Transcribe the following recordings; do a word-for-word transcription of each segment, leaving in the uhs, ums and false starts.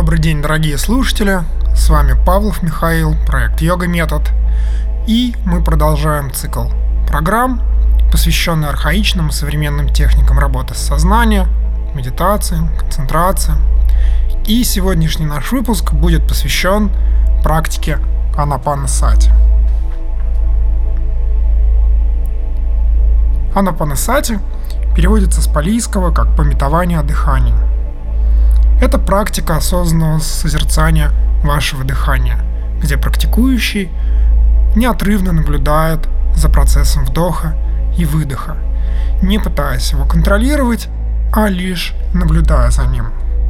Добрый день, дорогие слушатели, с вами Павлов Михаил, проект Йога Метод, и мы продолжаем цикл программ, посвященный архаичным и современным техникам работы с сознанием, медитации, концентрации. И сегодняшний наш выпуск будет посвящен практике Анапанасати. Анапанасати переводится с палийского как «пометование о дыхании». Это практика осознанного созерцания вашего дыхания, где практикующий неотрывно наблюдает за процессом вдоха и выдоха, не пытаясь его контролировать, а лишь наблюдая за ним.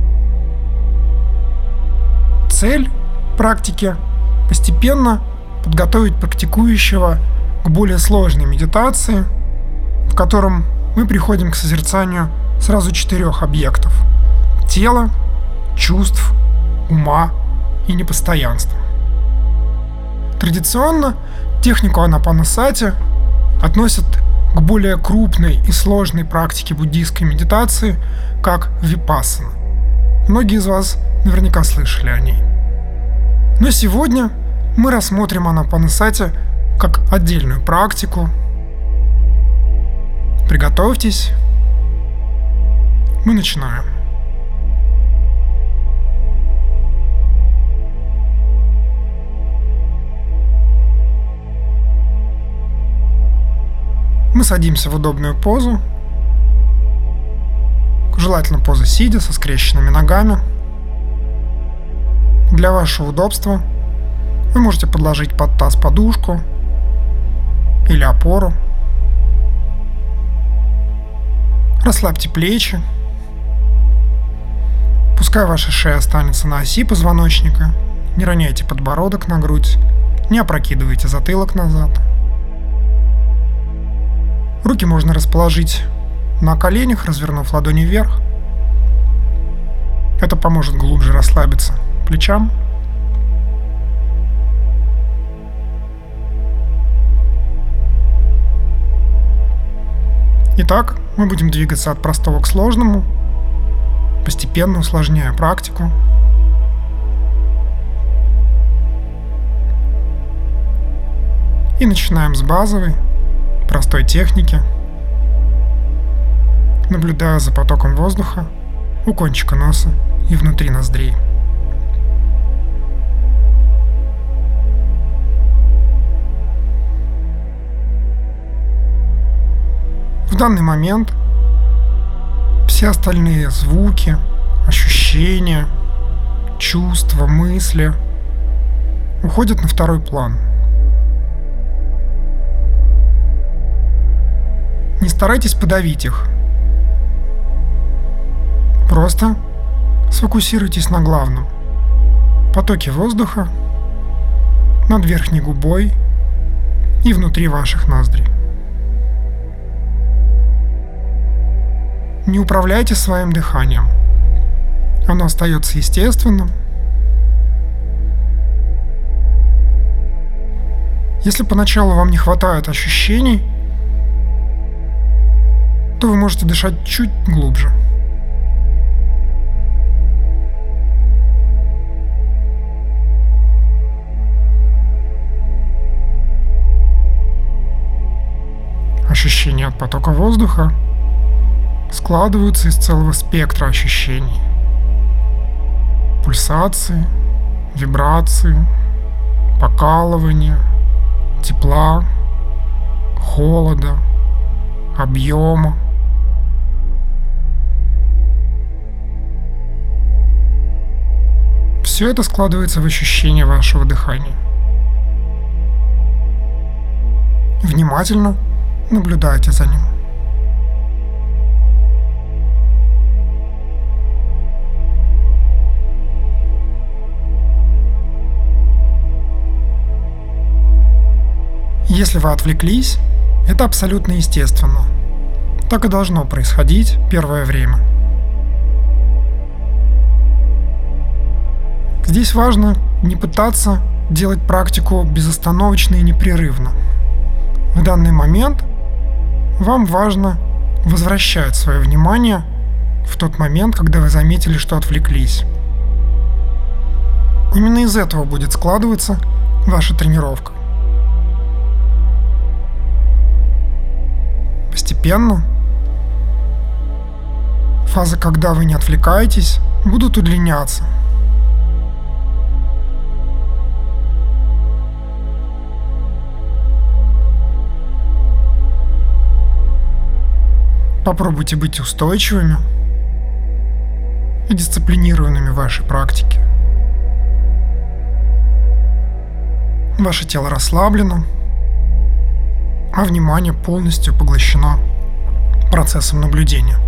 Цель практики – постепенно подготовить практикующего к более сложной медитации, в котором мы приходим к созерцанию сразу четырех объектов – тела, чувств, ума и непостоянства. Традиционно технику Анапанасати относят к более крупной и сложной практике буддийской медитации, как випассана. Многие из вас наверняка слышали о ней. Но сегодня мы рассмотрим Анапанасати как отдельную практику. Приготовьтесь. Мы начинаем. Мы садимся в удобную позу, желательно поза сидя со скрещенными ногами. Для вашего удобства вы можете подложить под таз подушку или опору. Расслабьте плечи. Пускай ваша шея останется на оси позвоночника. Не роняйте подбородок на грудь, не опрокидывайте затылок назад. Руки можно расположить на коленях, развернув ладони вверх. Это поможет глубже расслабиться плечам. Итак, мы будем двигаться от простого к сложному, постепенно усложняя практику. И начинаем с базовой, простой техники, наблюдая за потоком воздуха у кончика носа и внутри ноздрей. В данный момент все остальные звуки, ощущения, чувства, мысли уходят на второй план. Не старайтесь подавить их. Просто сфокусируйтесь на главном – потоке воздуха над верхней губой и внутри ваших ноздрей. Не управляйте своим дыханием. Оно остается естественным. Если поначалу вам не хватает ощущений, то вы можете дышать чуть глубже. Ощущения от потока воздуха складываются из целого спектра ощущений. Пульсации, вибрации, покалывания, тепла, холода, объема. Все это складывается в ощущение вашего дыхания. Внимательно наблюдайте за ним. Если вы отвлеклись, это абсолютно естественно. Так и должно происходить первое время. Здесь важно не пытаться делать практику безостановочно и непрерывно. В данный момент вам важно возвращать свое внимание в тот момент, когда вы заметили, что отвлеклись. Именно из этого будет складываться ваша тренировка. Постепенно фазы, когда вы не отвлекаетесь, будут удлиняться. Попробуйте быть устойчивыми и дисциплинированными в вашей практике. Ваше тело расслаблено, а внимание полностью поглощено процессом наблюдения.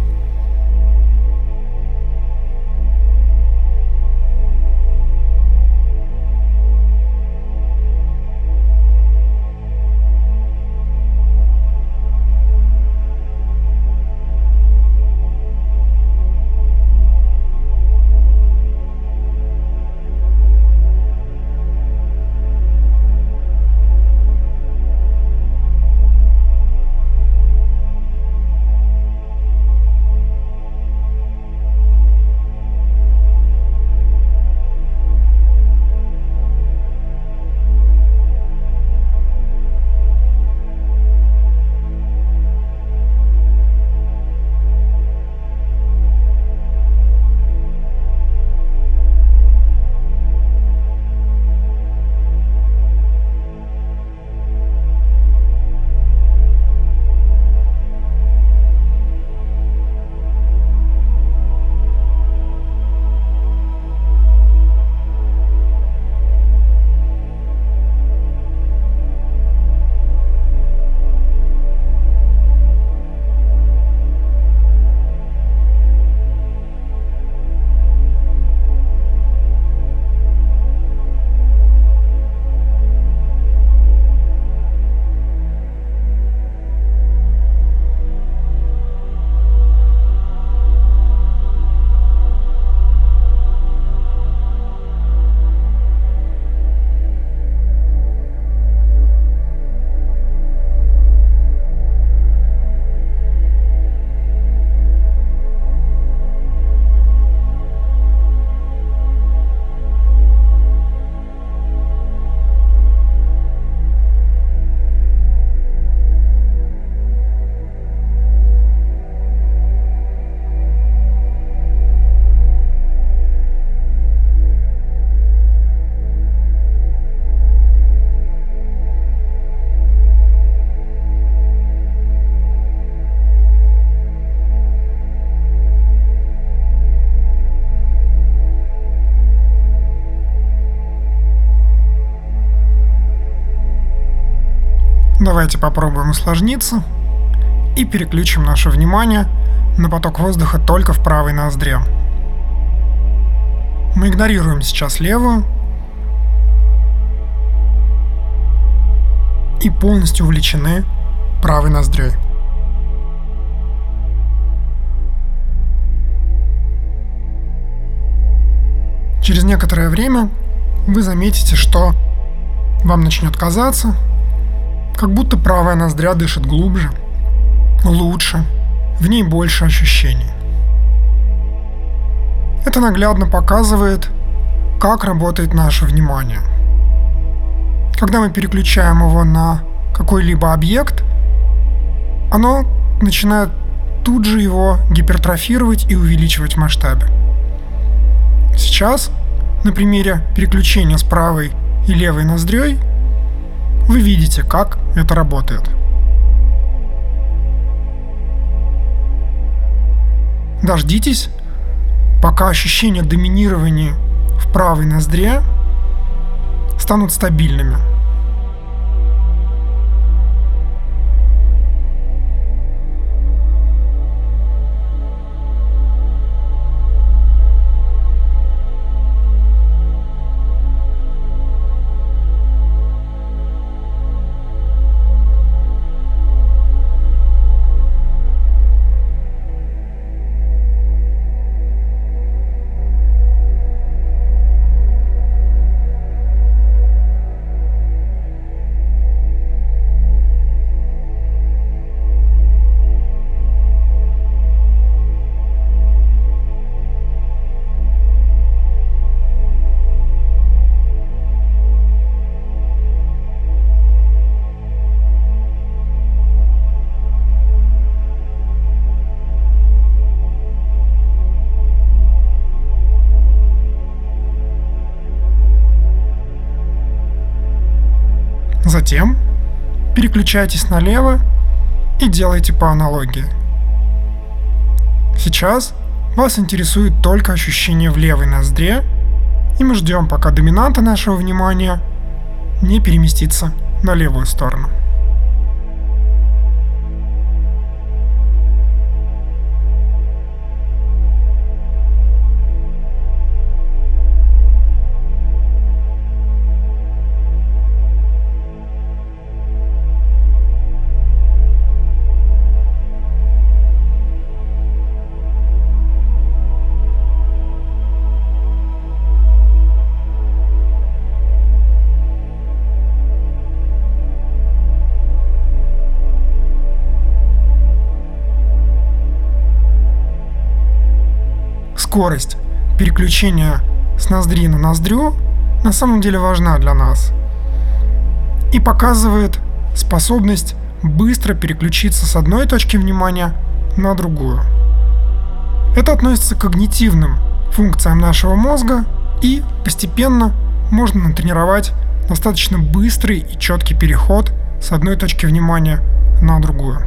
Давайте попробуем усложниться и переключим наше внимание на поток воздуха только в правой ноздре. Мы игнорируем сейчас левую и полностью увлечены правой ноздрёй. Через некоторое время вы заметите, что вам начнет казаться, как будто правая ноздря дышит глубже, лучше, в ней больше ощущений. Это наглядно показывает, как работает наше внимание. Когда мы переключаем его на какой-либо объект, оно начинает тут же его гипертрофировать и увеличивать в масштабе. Сейчас, на примере переключения с правой и левой ноздрёй, вы видите, как это работает. Дождитесь, пока ощущения доминирования в правой ноздре станут стабильными. Затем переключайтесь налево и делайте по аналогии. Сейчас вас интересует только ощущение в левой ноздре, и мы ждем, пока доминанта нашего внимания не переместится на левую сторону. Скорость переключения с ноздри на ноздрю на самом деле важна для нас и показывает способность быстро переключиться с одной точки внимания на другую. Это относится к когнитивным функциям нашего мозга, и постепенно можно натренировать достаточно быстрый и четкий переход с одной точки внимания на другую.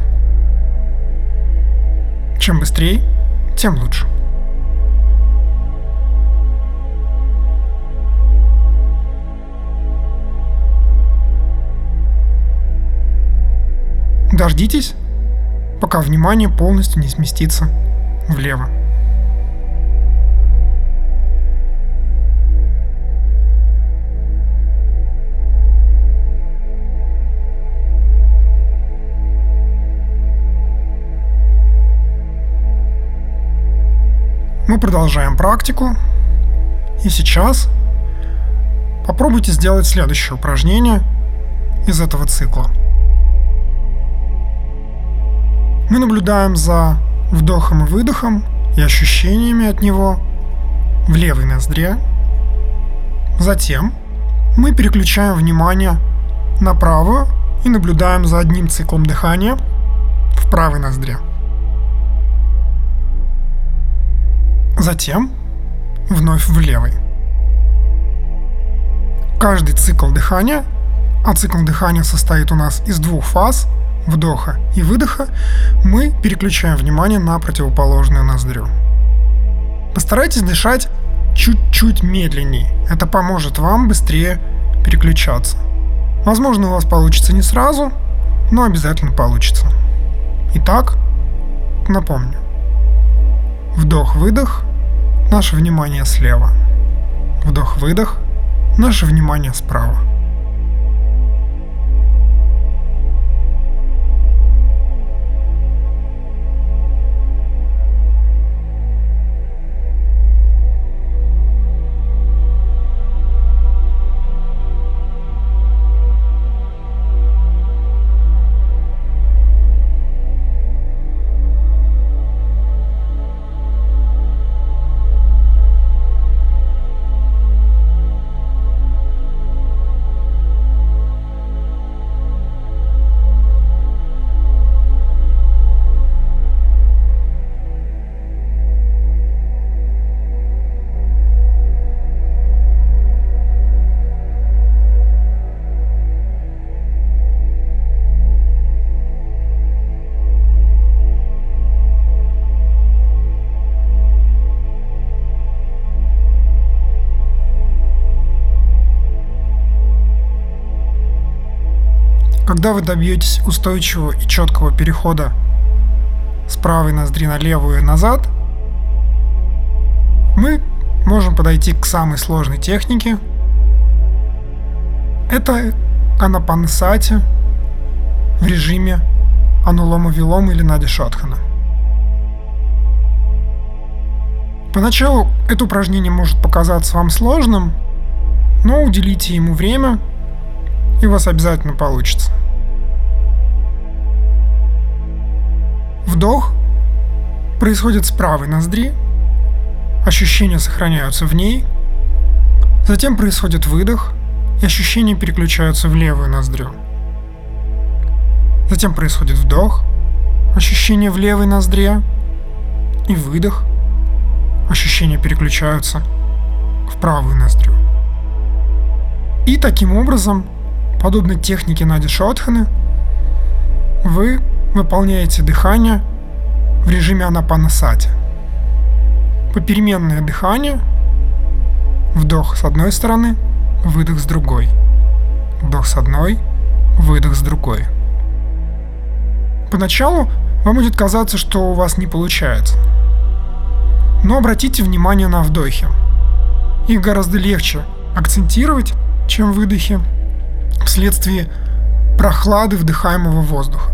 Чем быстрее, тем лучше. Дождитесь, пока внимание полностью не сместится влево. Мы продолжаем практику, и сейчас попробуйте сделать следующее упражнение из этого цикла. Мы наблюдаем за вдохом и выдохом и ощущениями от него в левой ноздре. Затем мы переключаем внимание на правую и наблюдаем за одним циклом дыхания в правой ноздре. Затем вновь в левой. Каждый цикл дыхания, а цикл дыхания состоит у нас из двух фаз, вдоха и выдоха, мы переключаем внимание на противоположную ноздрю. Постарайтесь дышать чуть-чуть медленнее. Это поможет вам быстрее переключаться. Возможно, у вас получится не сразу, но обязательно получится. Итак, напомню. Вдох-выдох, наше внимание слева. Вдох-выдох, наше внимание справа. Когда вы добьетесь устойчивого и четкого перехода с правой ноздри на левую и назад, мы можем подойти к самой сложной технике. Это анапанасати в режиме анулома-вилома или нади-шодхана. Поначалу это упражнение может показаться вам сложным, но уделите ему время, и у вас обязательно получится. Вдох происходит с правой ноздри, ощущения сохраняются в ней, затем происходит выдох, и ощущения переключаются в левую ноздрю. Затем происходит вдох, ощущения в левой ноздре, и выдох, ощущения переключаются в правую ноздрю. И таким образом подобно технике Нади Шодханы, вы выполняете дыхание в режиме Анапанасати. Попеременное дыхание, вдох с одной стороны, выдох с другой, вдох с одной, выдох с другой. Поначалу вам будет казаться, что у вас не получается. Но обратите внимание на вдохи. Их гораздо легче акцентировать, чем выдохи, вследствие прохлады вдыхаемого воздуха.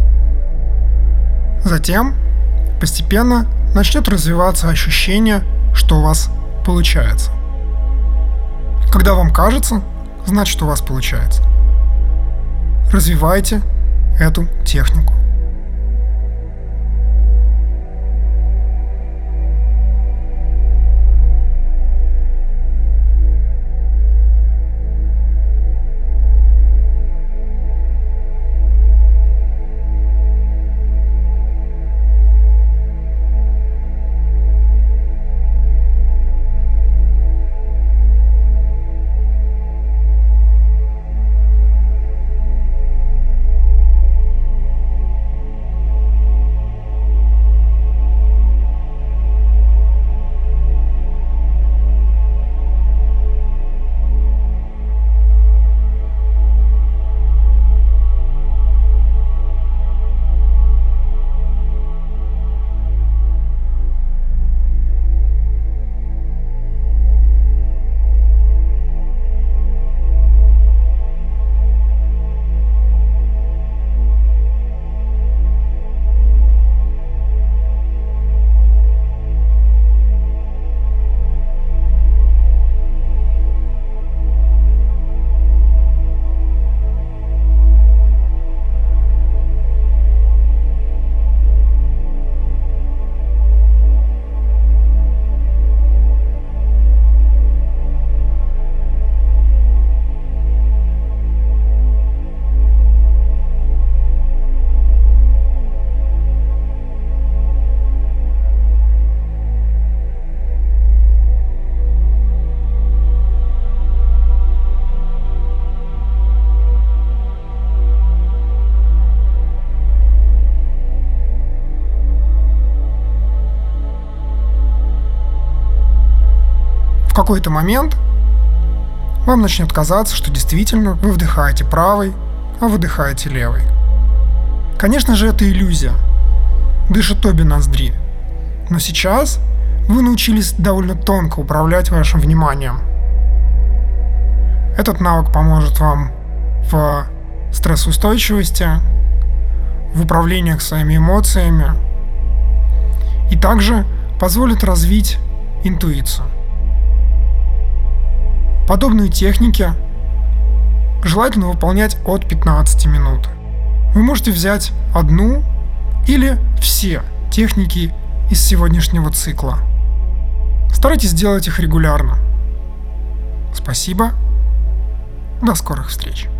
Затем постепенно начнет развиваться ощущение, что у вас получается. Когда вам кажется, значит, у вас получается. Развивайте эту технику. В какой-то момент вам начнет казаться, что действительно вы вдыхаете правой, а выдыхаете левой. Конечно же, это иллюзия. Дышат обе ноздри. Но сейчас вы научились довольно тонко управлять вашим вниманием. Этот навык поможет вам в стрессоустойчивости, в управлении своими эмоциями и также позволит развить интуицию. Подобные техники желательно выполнять от пятнадцати минут. Вы можете взять одну или все техники из сегодняшнего цикла. Старайтесь делать их регулярно. Спасибо. До скорых встреч.